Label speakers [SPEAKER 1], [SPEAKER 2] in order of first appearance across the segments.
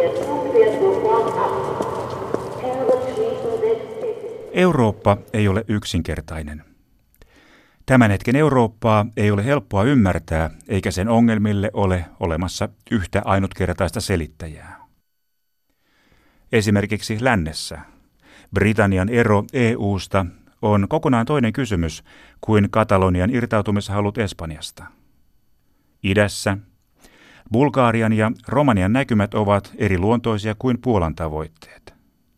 [SPEAKER 1] Eurooppa ei ole yksinkertainen. Tämän hetken Eurooppaa ei ole helppoa ymmärtää, eikä sen ongelmille ole olemassa yhtä ainutkertaista selittäjää. Esimerkiksi lännessä Britannian ero EU:sta on kokonaan toinen kysymys kuin Katalonian irtautumishalut Espanjasta. Idässä Bulgarian ja Romanian näkymät ovat eriluontoisia kuin Puolan tavoitteet.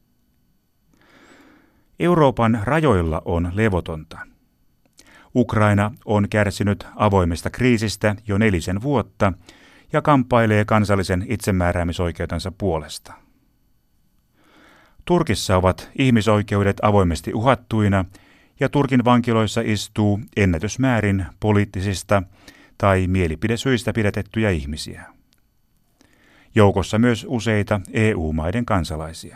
[SPEAKER 1] Euroopan rajoilla on levotonta. Ukraina on kärsinyt avoimesta kriisistä jo 4 vuotta ja kamppailee kansallisen itsemääräämisoikeutensa puolesta. Turkissa ovat ihmisoikeudet avoimesti uhattuina ja Turkin vankiloissa istuu ennätysmäärin poliittisista tai mielipidesyistä pidätettyjä ihmisiä. Joukossa myös useita EU-maiden kansalaisia.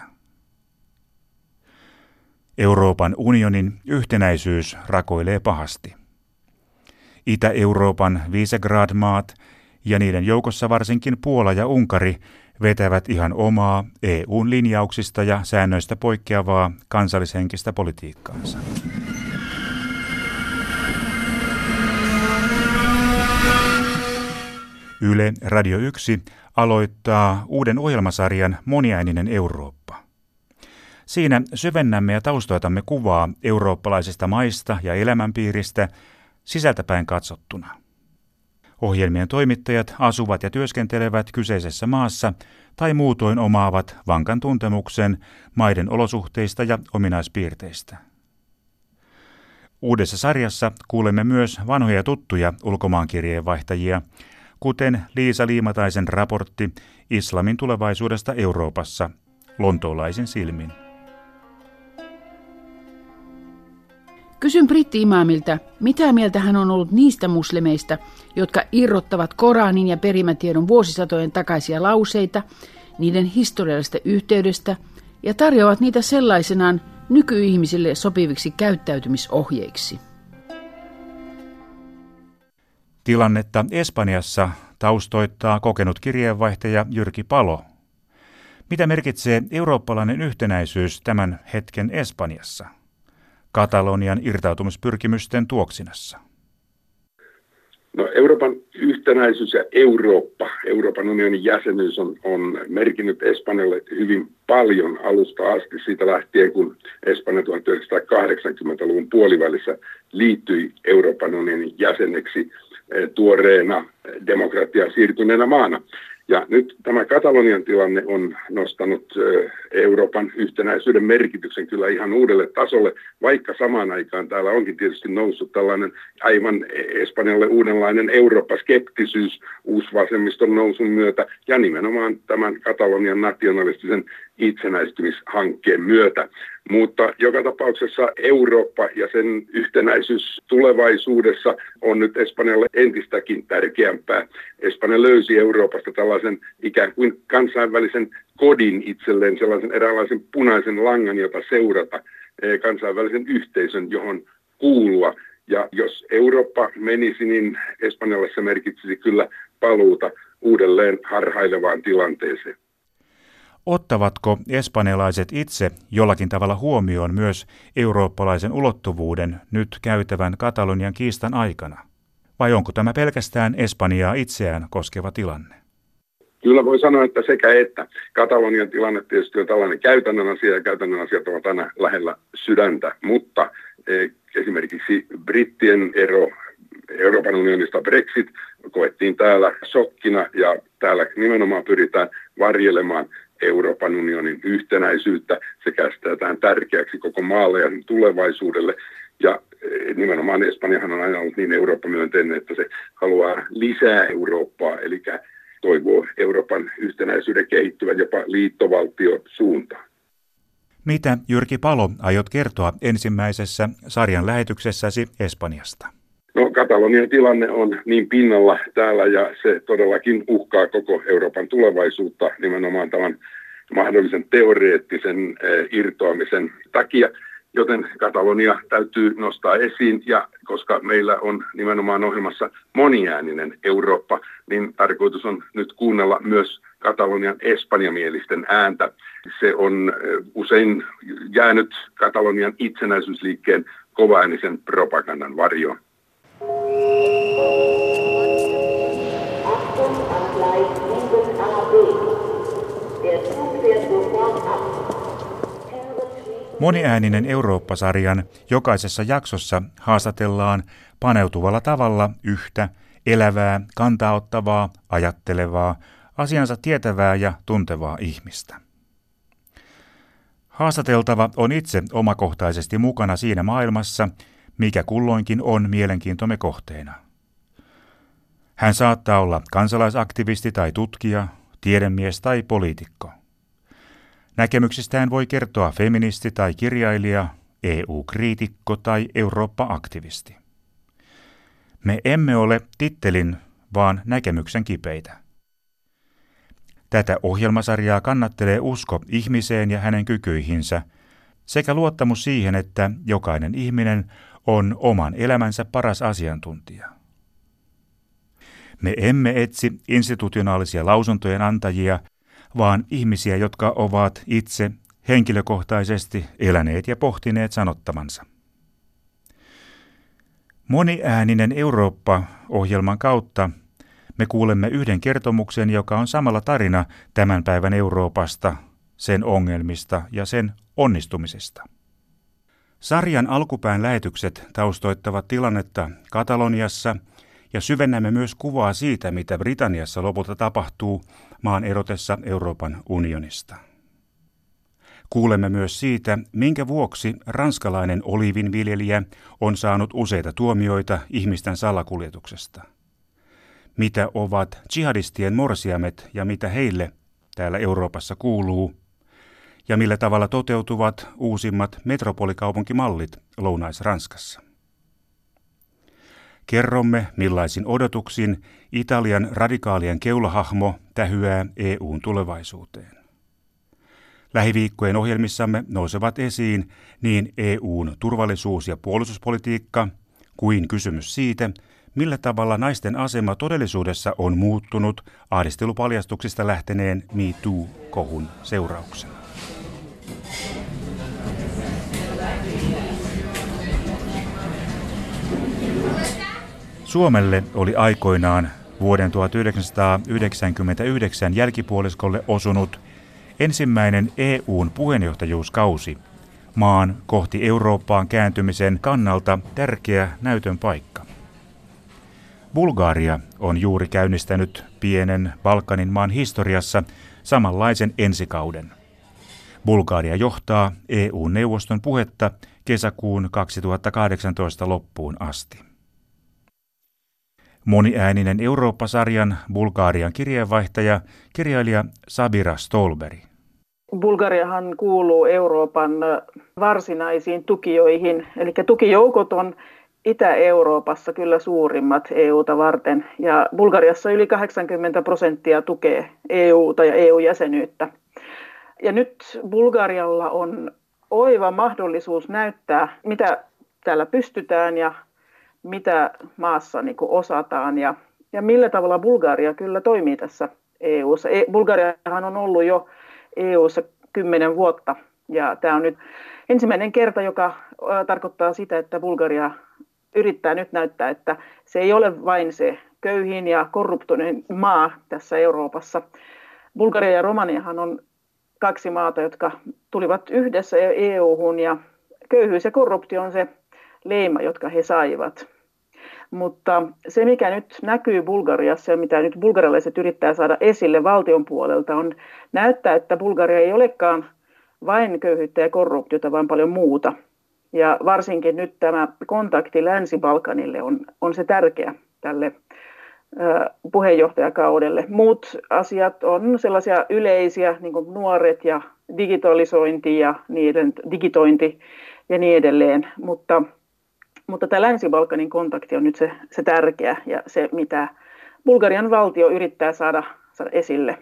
[SPEAKER 1] Euroopan unionin yhtenäisyys rakoilee pahasti. Itä-Euroopan Visegrad-maat ja niiden joukossa varsinkin Puola ja Unkari vetävät ihan omaa EU:n linjauksista ja säännöistä poikkeavaa kansallishenkistä politiikkaansa. Yle Radio 1 aloittaa uuden ohjelmasarjan Moniääninen Eurooppa. Siinä syvennämme ja taustoitamme kuvaa eurooppalaisista maista ja elämänpiiristä sisältäpäin katsottuna. Ohjelmien toimittajat asuvat ja työskentelevät kyseisessä maassa tai muutoin omaavat vankan tuntemuksen maiden olosuhteista ja ominaispiirteistä. Uudessa sarjassa kuulemme myös vanhoja tuttuja ulkomaankirjeenvaihtajia, kuten Liisa Liimataisen raportti Islamin tulevaisuudesta Euroopassa lontoolaisin silmin.
[SPEAKER 2] Kysyn britti-imaamilta, mitä mieltä hän on ollut niistä muslimeista, jotka irrottavat Koranin ja perimätiedon vuosisatojen takaisia lauseita, niiden historiallisesta yhteydestä ja tarjoavat niitä sellaisenaan nykyihmisille sopiviksi käyttäytymisohjeiksi.
[SPEAKER 1] Tilannetta Espanjassa taustoittaa kokenut kirjeenvaihtaja Jyrki Palo. Mitä merkitsee eurooppalainen yhtenäisyys tämän hetken Espanjassa? Katalonian irtautumispyrkimysten tuoksinassa.
[SPEAKER 3] No, Euroopan yhtenäisyys ja Euroopan unionin jäsenyys on merkinnyt Espanjalle hyvin paljon alusta asti siitä lähtien, kun Espanja 1980-luvun puolivälissä liittyi Euroopan unionin jäseneksi tuoreena demokratiaan siirtyneenä maana. Ja nyt tämä Katalonian tilanne on nostanut Euroopan yhtenäisyyden merkityksen kyllä ihan uudelle tasolle, vaikka samaan aikaan täällä onkin tietysti noussut tällainen aivan Espanjalle uudenlainen Eurooppa-skeptisyys uusvasemmiston nousun myötä ja nimenomaan tämän Katalonian nationalistisen itsenäistymishankkeen myötä. Mutta joka tapauksessa Eurooppa ja sen yhtenäisyys tulevaisuudessa on nyt Espanjalle entistäkin tärkeämpää. Espanja löysi Euroopasta tällaisen ikään kuin kansainvälisen kodin itselleen, sellaisen eräänlaisen punaisen langan, jota seurata, kansainvälisen yhteisön, johon kuulua. Ja jos Eurooppa menisi, niin Espanjalle se merkitsisi kyllä paluuta uudelleen harhailevaan tilanteeseen.
[SPEAKER 1] Ottavatko espanjalaiset itse jollakin tavalla huomioon myös eurooppalaisen ulottuvuuden nyt käytävän Katalonian kiistan aikana? Vai onko tämä pelkästään Espanjaa itseään koskeva tilanne?
[SPEAKER 3] Kyllä voi sanoa, että sekä että. Katalonian tilanne tietysti on tällainen käytännön asia ja käytännön asiat ovat aina lähellä sydäntä, mutta esimerkiksi brittien ero Euroopan unionista Brexit koettiin täällä shokkina ja täällä nimenomaan pyritään varjelemaan Euroopan unionin yhtenäisyyttä. Se käsitetään tärkeäksi koko maalle ja tulevaisuudelle. Ja nimenomaan Espanjahan on aina ollut niin Eurooppa-myönteinen, että se haluaa lisää Eurooppaa, eli toivoo Euroopan yhtenäisyyden kehittyvän jopa liittovaltiosuuntaan.
[SPEAKER 1] Mitä, Jyrki Palo, aiot kertoa ensimmäisessä sarjan lähetyksessäsi Espanjasta?
[SPEAKER 3] No, Katalonian tilanne on niin pinnalla täällä ja se todellakin uhkaa koko Euroopan tulevaisuutta nimenomaan tämän mahdollisen teoreettisen irtoamisen takia. joten Katalonia täytyy nostaa esiin, ja koska meillä on nimenomaan ohjelmassa moniääninen Eurooppa, niin tarkoitus on nyt kuunnella myös Katalonian espanjamielisten ääntä. Se on usein jäänyt Katalonian itsenäisyysliikkeen kovaäänisen propagandan varjoon.
[SPEAKER 1] Moniääninen Eurooppa-sarjan jokaisessa jaksossa haastatellaan paneutuvalla tavalla yhtä elävää, kantaottavaa, ajattelevaa, asiansa tietävää ja tuntevaa ihmistä. Haastateltava on itse omakohtaisesti mukana siinä maailmassa, mikä kulloinkin on mielenkiintomme kohteena. Hän saattaa olla kansalaisaktivisti tai tutkija, tiedemies tai poliitikko. Näkemyksistään voi kertoa feministi tai kirjailija, EU-kriitikko tai Eurooppa-aktivisti. Me emme ole tittelin, vaan näkemyksen kipeitä. Tätä ohjelmasarjaa kannattelee usko ihmiseen ja hänen kykyihinsä sekä luottamus siihen, että jokainen ihminen on oman elämänsä paras asiantuntija. Me emme etsi institutionaalisia lausuntojen antajia, vaan ihmisiä, jotka ovat itse henkilökohtaisesti eläneet ja pohtineet sanottamansa. Moniääninen Eurooppa-ohjelman kautta me kuulemme yhden kertomuksen, joka on samalla tarina tämän päivän Euroopasta, sen ongelmista ja sen onnistumisesta. Sarjan alkupään lähetykset taustoittavat tilannetta Kataloniassa ja syvennämme myös kuvaa siitä, mitä Britanniassa lopulta tapahtuu maan erotessa Euroopan unionista. Kuulemme myös siitä, minkä vuoksi ranskalainen oliivinviljelijä on saanut useita tuomioita ihmisten salakuljetuksesta. Mitä ovat jihadistien morsiamet ja mitä heille täällä Euroopassa kuuluu, ja millä tavalla toteutuvat uusimmat metropolikaupunkimallit Lounais-Ranskassa. Kerromme, millaisin odotuksin Italian radikaalien keulahahmo tähyää EU:n tulevaisuuteen. Lähiviikkojen ohjelmissamme nousevat esiin niin EU:n turvallisuus- ja puolustuspolitiikka kuin kysymys siitä, millä tavalla naisten asema todellisuudessa on muuttunut ahdistelupaljastuksista lähteneen Me Too-kohun seurauksena. Suomelle oli aikoinaan vuoden 1999 jälkipuoliskolle osunut ensimmäinen EU:n puheenjohtajuuskausi, maan kohti Eurooppaan kääntymisen kannalta tärkeä näytön paikka. Bulgaria on juuri käynnistänyt pienen Balkanin maan historiassa samanlaisen ensikauden. Bulgaria johtaa EU-neuvoston puhetta kesäkuun 2018 loppuun asti. Moniääninen Eurooppa-sarjan Bulgarian kirjeenvaihtaja, kirjailija Sabira Stolberg.
[SPEAKER 4] Bulgariahan kuuluu Euroopan varsinaisiin tukijoihin, eli tukijoukot on Itä-Euroopassa kyllä suurimmat EUta varten, ja Bulgariassa yli 80% tukee EUta ja EU-jäsenyyttä. Ja nyt Bulgarialla on oiva mahdollisuus näyttää, mitä täällä pystytään ja mitä maassa niin kuin osataan ja millä tavalla Bulgaria kyllä toimii tässä EU:ssa. Bulgariahan on ollut jo EU:ssa 10 vuotta ja tämä on nyt ensimmäinen kerta, joka tarkoittaa sitä, että Bulgaria yrittää nyt näyttää, että se ei ole vain se köyhin ja korruptoinen maa tässä Euroopassa. Bulgaria ja Romaniahan on 2 maata, jotka tulivat yhdessä EU:hun ja köyhyys ja korruptio on se leima, jotka he saivat. Mutta se, mikä nyt näkyy Bulgariassa ja mitä nyt bulgarialaiset yrittää saada esille valtion puolelta, on näyttää, että Bulgaria ei olekaan vain köyhyyttä ja korruptiota, vaan paljon muuta. Ja varsinkin nyt tämä kontakti Länsi-Balkanille on se tärkeä tälle puheenjohtajakaudelle. Muut asiat on sellaisia yleisiä, niin kuin nuoret ja digitalisointi ja niiden digitointi ja niin edelleen, mutta tämä Länsi-Balkanin kontakti on nyt se tärkeä ja se, mitä Bulgarian valtio yrittää saada esille.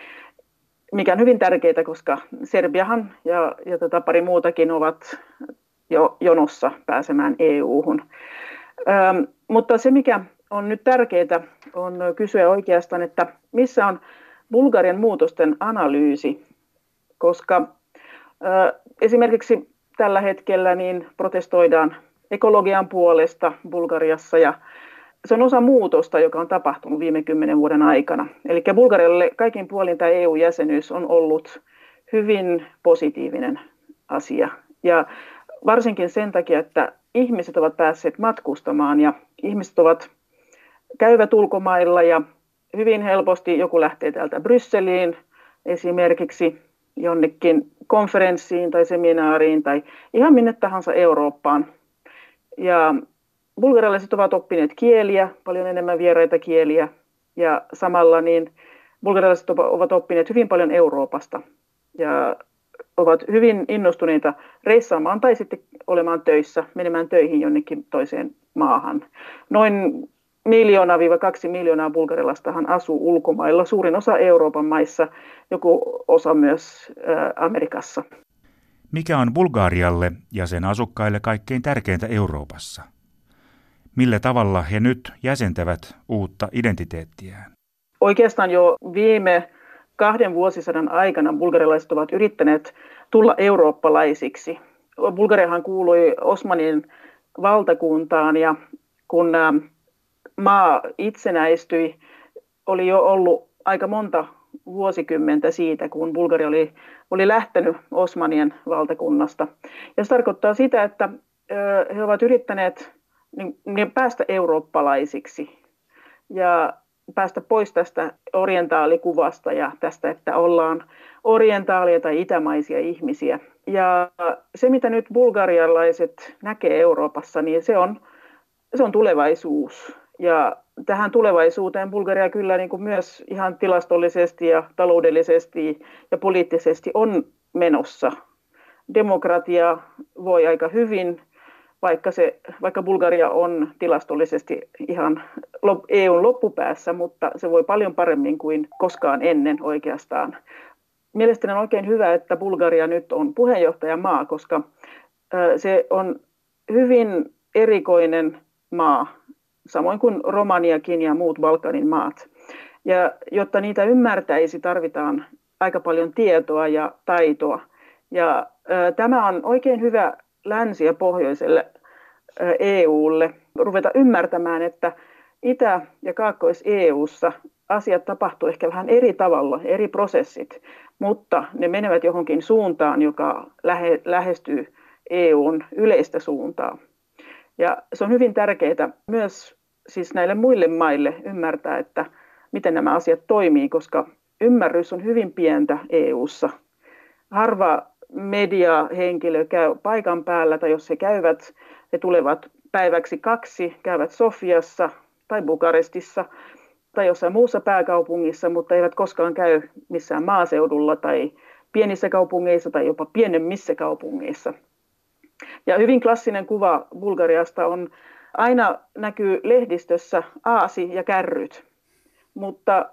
[SPEAKER 4] Mikä on hyvin tärkeää, koska Serbiahan ja pari muutakin ovat jo jonossa pääsemään EU-hun. Mutta se, mikä on nyt tärkeää, on kysyä oikeastaan, että missä on Bulgarian muutosten analyysi, koska esimerkiksi tällä hetkellä niin protestoidaan ekologian puolesta Bulgariassa ja se on osa muutosta, joka on tapahtunut viime 10 vuoden aikana. Eli Bulgarialle kaikin puolin tämä EU-jäsenyys on ollut hyvin positiivinen asia. Ja varsinkin sen takia, että ihmiset ovat päässeet matkustamaan ja ihmiset käyvät ulkomailla ja hyvin helposti joku lähtee täältä Brysseliin esimerkiksi jonnekin konferenssiin tai seminaariin tai ihan minne tahansa Eurooppaan. Ja bulgarialaiset ovat oppineet kieliä, paljon enemmän vieraita kieliä ja samalla niin bulgarialaiset ovat oppineet hyvin paljon Euroopasta ja ovat hyvin innostuneita reissaamaan tai sitten olemaan töissä, menemään töihin jonnekin toiseen maahan. Noin 1–2 miljoonaa bulgarialaistahan asuu ulkomailla, suurin osa Euroopan maissa, joku osa myös Amerikassa.
[SPEAKER 1] Mikä on Bulgarialle ja sen asukkaille kaikkein tärkeintä Euroopassa? Millä tavalla he nyt jäsentävät uutta identiteettiään?
[SPEAKER 4] Oikeastaan jo viime 2 vuosisadan aikana bulgarialaiset ovat yrittäneet tulla eurooppalaisiksi. Bulgariahan kuului Osmanin valtakuntaan ja kun maa itsenäistyi, oli jo ollut aika monta vuosikymmentä siitä, kun Bulgaria oli lähtenyt Osmanien valtakunnasta. Ja se tarkoittaa sitä, että he ovat yrittäneet päästä eurooppalaisiksi ja päästä pois tästä orientaalikuvasta ja tästä, että ollaan orientaalia tai itämaisia ihmisiä. Ja se, mitä nyt bulgarialaiset näkee Euroopassa, niin se on tulevaisuus. Ja tähän tulevaisuuteen Bulgaria kyllä niin kuin myös ihan tilastollisesti ja taloudellisesti ja poliittisesti on menossa. Demokratia voi aika hyvin, vaikka Bulgaria on tilastollisesti ihan EUn loppupäässä, mutta se voi paljon paremmin kuin koskaan ennen oikeastaan. Mielestäni on oikein hyvä, että Bulgaria nyt on puheenjohtajamaa, koska se on hyvin erikoinen maa, samoin kuin Romaniakin ja muut Balkanin maat. Ja jotta niitä ymmärtäisi, tarvitaan aika paljon tietoa ja taitoa. Ja tämä on oikein hyvä länsi- ja pohjoiselle EUlle ruveta ymmärtämään, että Itä- ja Kaakkois-EUssa asiat tapahtuu ehkä vähän eri tavalla, eri prosessit, mutta ne menevät johonkin suuntaan, joka lähestyy EUn yleistä suuntaa. Ja se on hyvin tärkeää myös siis näille muille maille ymmärtää, että miten nämä asiat toimii, koska ymmärrys on hyvin pientä EUssa. Harva mediahenkilö käy paikan päällä, tai jos he käyvät, he tulevat päiväksi 2, käyvät Sofiassa tai Bukarestissa tai jossain muussa pääkaupungissa, mutta eivät koskaan käy missään maaseudulla tai pienissä kaupungeissa tai jopa pienemmissä kaupungeissa. Ja hyvin klassinen kuva Bulgariasta on, aina näkyy lehdistössä aasi ja kärryt, mutta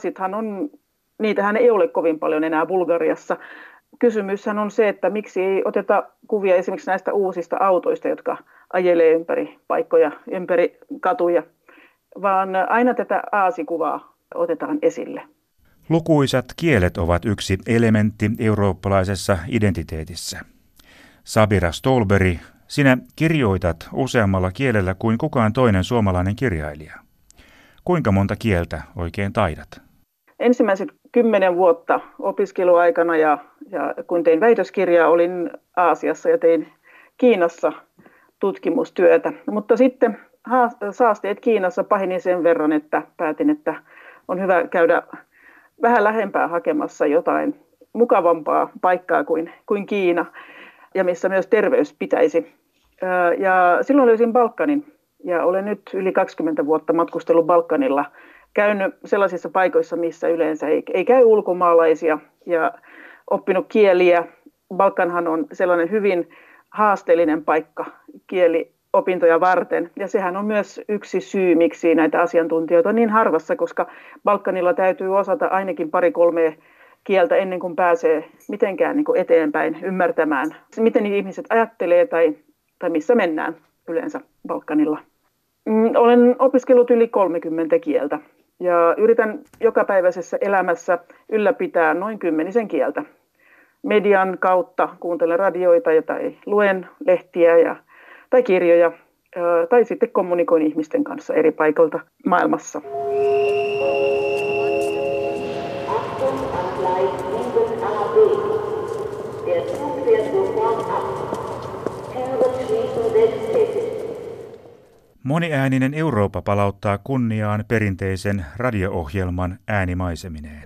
[SPEAKER 4] niitähän ei ole kovin paljon enää Bulgariassa. Kysymyshän on se, että miksi ei oteta kuvia esimerkiksi näistä uusista autoista, jotka ajelee ympäri paikkoja, ympäri katuja, vaan aina tätä aasikuvaa otetaan esille.
[SPEAKER 1] Lukuisat kielet ovat yksi elementti eurooppalaisessa identiteetissä. Sabira Ståhlberg, sinä kirjoitat useammalla kielellä kuin kukaan toinen suomalainen kirjailija. Kuinka monta kieltä oikein taidat?
[SPEAKER 4] Ensimmäiset 10 vuotta opiskeluaikana ja kun tein väitöskirjaa, olin Aasiassa ja tein Kiinassa tutkimustyötä. Mutta sitten saasteet Kiinassa paheni sen verran, että päätin, että on hyvä käydä vähän lähempää hakemassa jotain mukavampaa paikkaa kuin Kiina ja missä myös terveys pitäisi. Ja silloin löysin Balkanin ja olen nyt yli 20 vuotta matkustellut Balkanilla. Käynyt sellaisissa paikoissa, missä yleensä ei käy ulkomaalaisia ja oppinut kieliä. Balkanhan on sellainen hyvin haasteellinen paikka kieliopintoja varten. Ja sehän on myös yksi syy, miksi näitä asiantuntijoita on niin harvassa, koska Balkanilla täytyy osata ainakin 2-3 kieltä ennen kuin pääsee mitenkään niin kuin eteenpäin ymmärtämään, miten ihmiset ajattelee tai missä mennään yleensä Balkanilla. Olen opiskellut yli 30 kieltä ja yritän jokapäiväisessä elämässä ylläpitää noin 10 kieltä. Median kautta kuuntelen radioita tai luen lehtiä tai kirjoja tai sitten kommunikoin ihmisten kanssa eri paikoilta maailmassa.
[SPEAKER 1] Moniääninen Eurooppa palauttaa kunniaan perinteisen radio-ohjelman äänimaisemineen.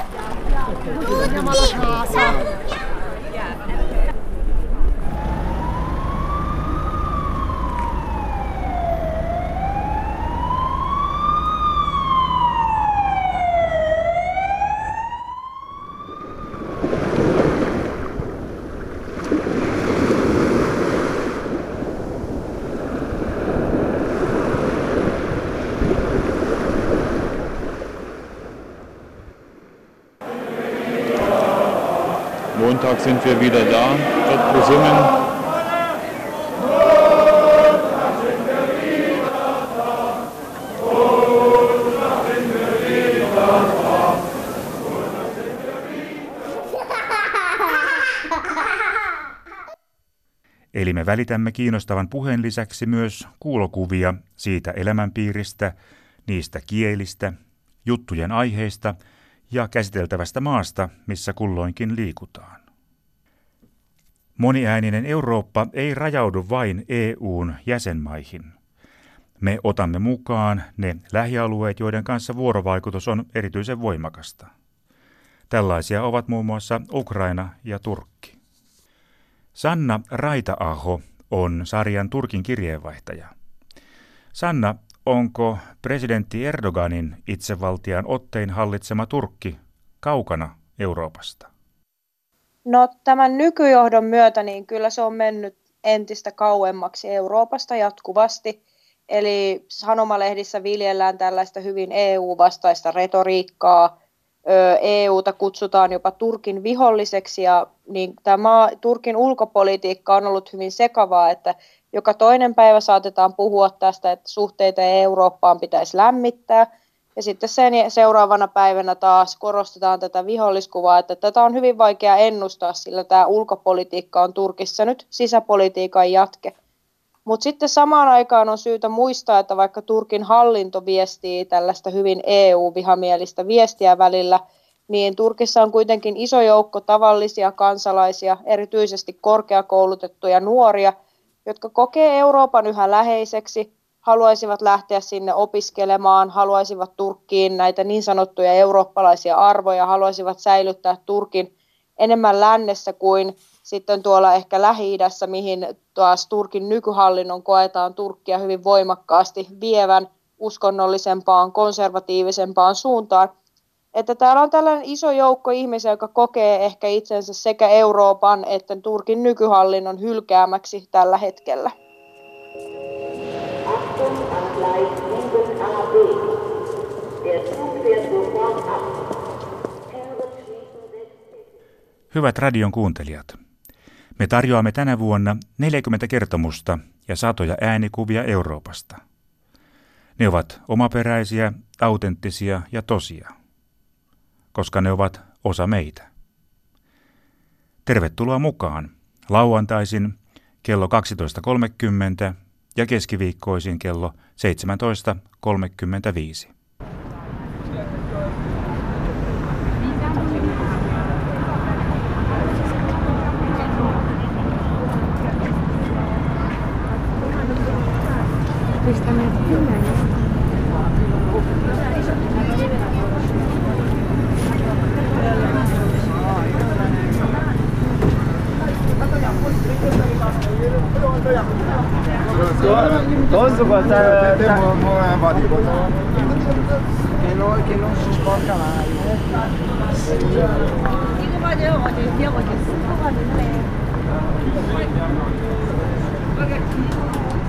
[SPEAKER 5] Montag sind wir wieder da, wird besungen.
[SPEAKER 1] Eli me välitämme kiinnostavan puheen lisäksi myös kuulokuvia siitä elämänpiiristä, niistä kielistä, juttujen aiheista ja käsiteltävästä maasta, missä kulloinkin liikutaan. Moniääninen Eurooppa ei rajaudu vain EU:n jäsenmaihin. Me otamme mukaan ne lähialueet, joiden kanssa vuorovaikutus on erityisen voimakasta. Tällaisia ovat muun muassa Ukraina ja Turkki. Sanna Raita-aho on sarjan Turkin kirjeenvaihtaja. Sanna, onko presidentti Erdoganin itsevaltiaan ottein hallitsema Turkki kaukana Euroopasta?
[SPEAKER 6] No tämän nykyjohdon myötä niin kyllä se on mennyt entistä kauemmaksi Euroopasta jatkuvasti. Eli sanomalehdissä viljellään tällaista hyvin EU-vastaista retoriikkaa. EUta kutsutaan jopa Turkin viholliseksi ja niin tämä Turkin ulkopolitiikka on ollut hyvin sekavaa, että joka toinen päivä saatetaan puhua tästä, että suhteita Eurooppaan pitäisi lämmittää. Ja sitten sen seuraavana päivänä taas korostetaan tätä viholliskuvaa, että tätä on hyvin vaikea ennustaa, sillä tämä ulkopolitiikka on Turkissa nyt sisäpolitiikan jatke. Mutta sitten samaan aikaan on syytä muistaa, että vaikka Turkin hallinto viestii tällaista hyvin EU-vihamielistä viestiä välillä, niin Turkissa on kuitenkin iso joukko tavallisia kansalaisia, erityisesti korkeakoulutettuja nuoria, jotka kokee Euroopan yhä läheiseksi, haluaisivat lähteä sinne opiskelemaan, haluaisivat Turkkiin näitä niin sanottuja eurooppalaisia arvoja, haluaisivat säilyttää Turkin enemmän lännessä kuin sitten tuolla ehkä Lähi-idässä, mihin taas Turkin nykyhallinnon koetaan Turkkia hyvin voimakkaasti vievän uskonnollisempaan, konservatiivisempaan suuntaan. Että täällä on tällainen iso joukko ihmisiä, joka kokee ehkä itsensä sekä Euroopan että Turkin nykyhallinnon hylkäämäksi tällä hetkellä.
[SPEAKER 1] Hyvät radion kuuntelijat, me tarjoamme tänä vuonna 40 kertomusta ja satoja äänikuvia Euroopasta. Ne ovat omaperäisiä, autenttisia ja tosia, koska ne ovat osa meitä. Tervetuloa mukaan lauantaisin kello 12.30 ja keskiviikkoisin kello 17.35.
[SPEAKER 7] Che non si sporca mai. Io voglio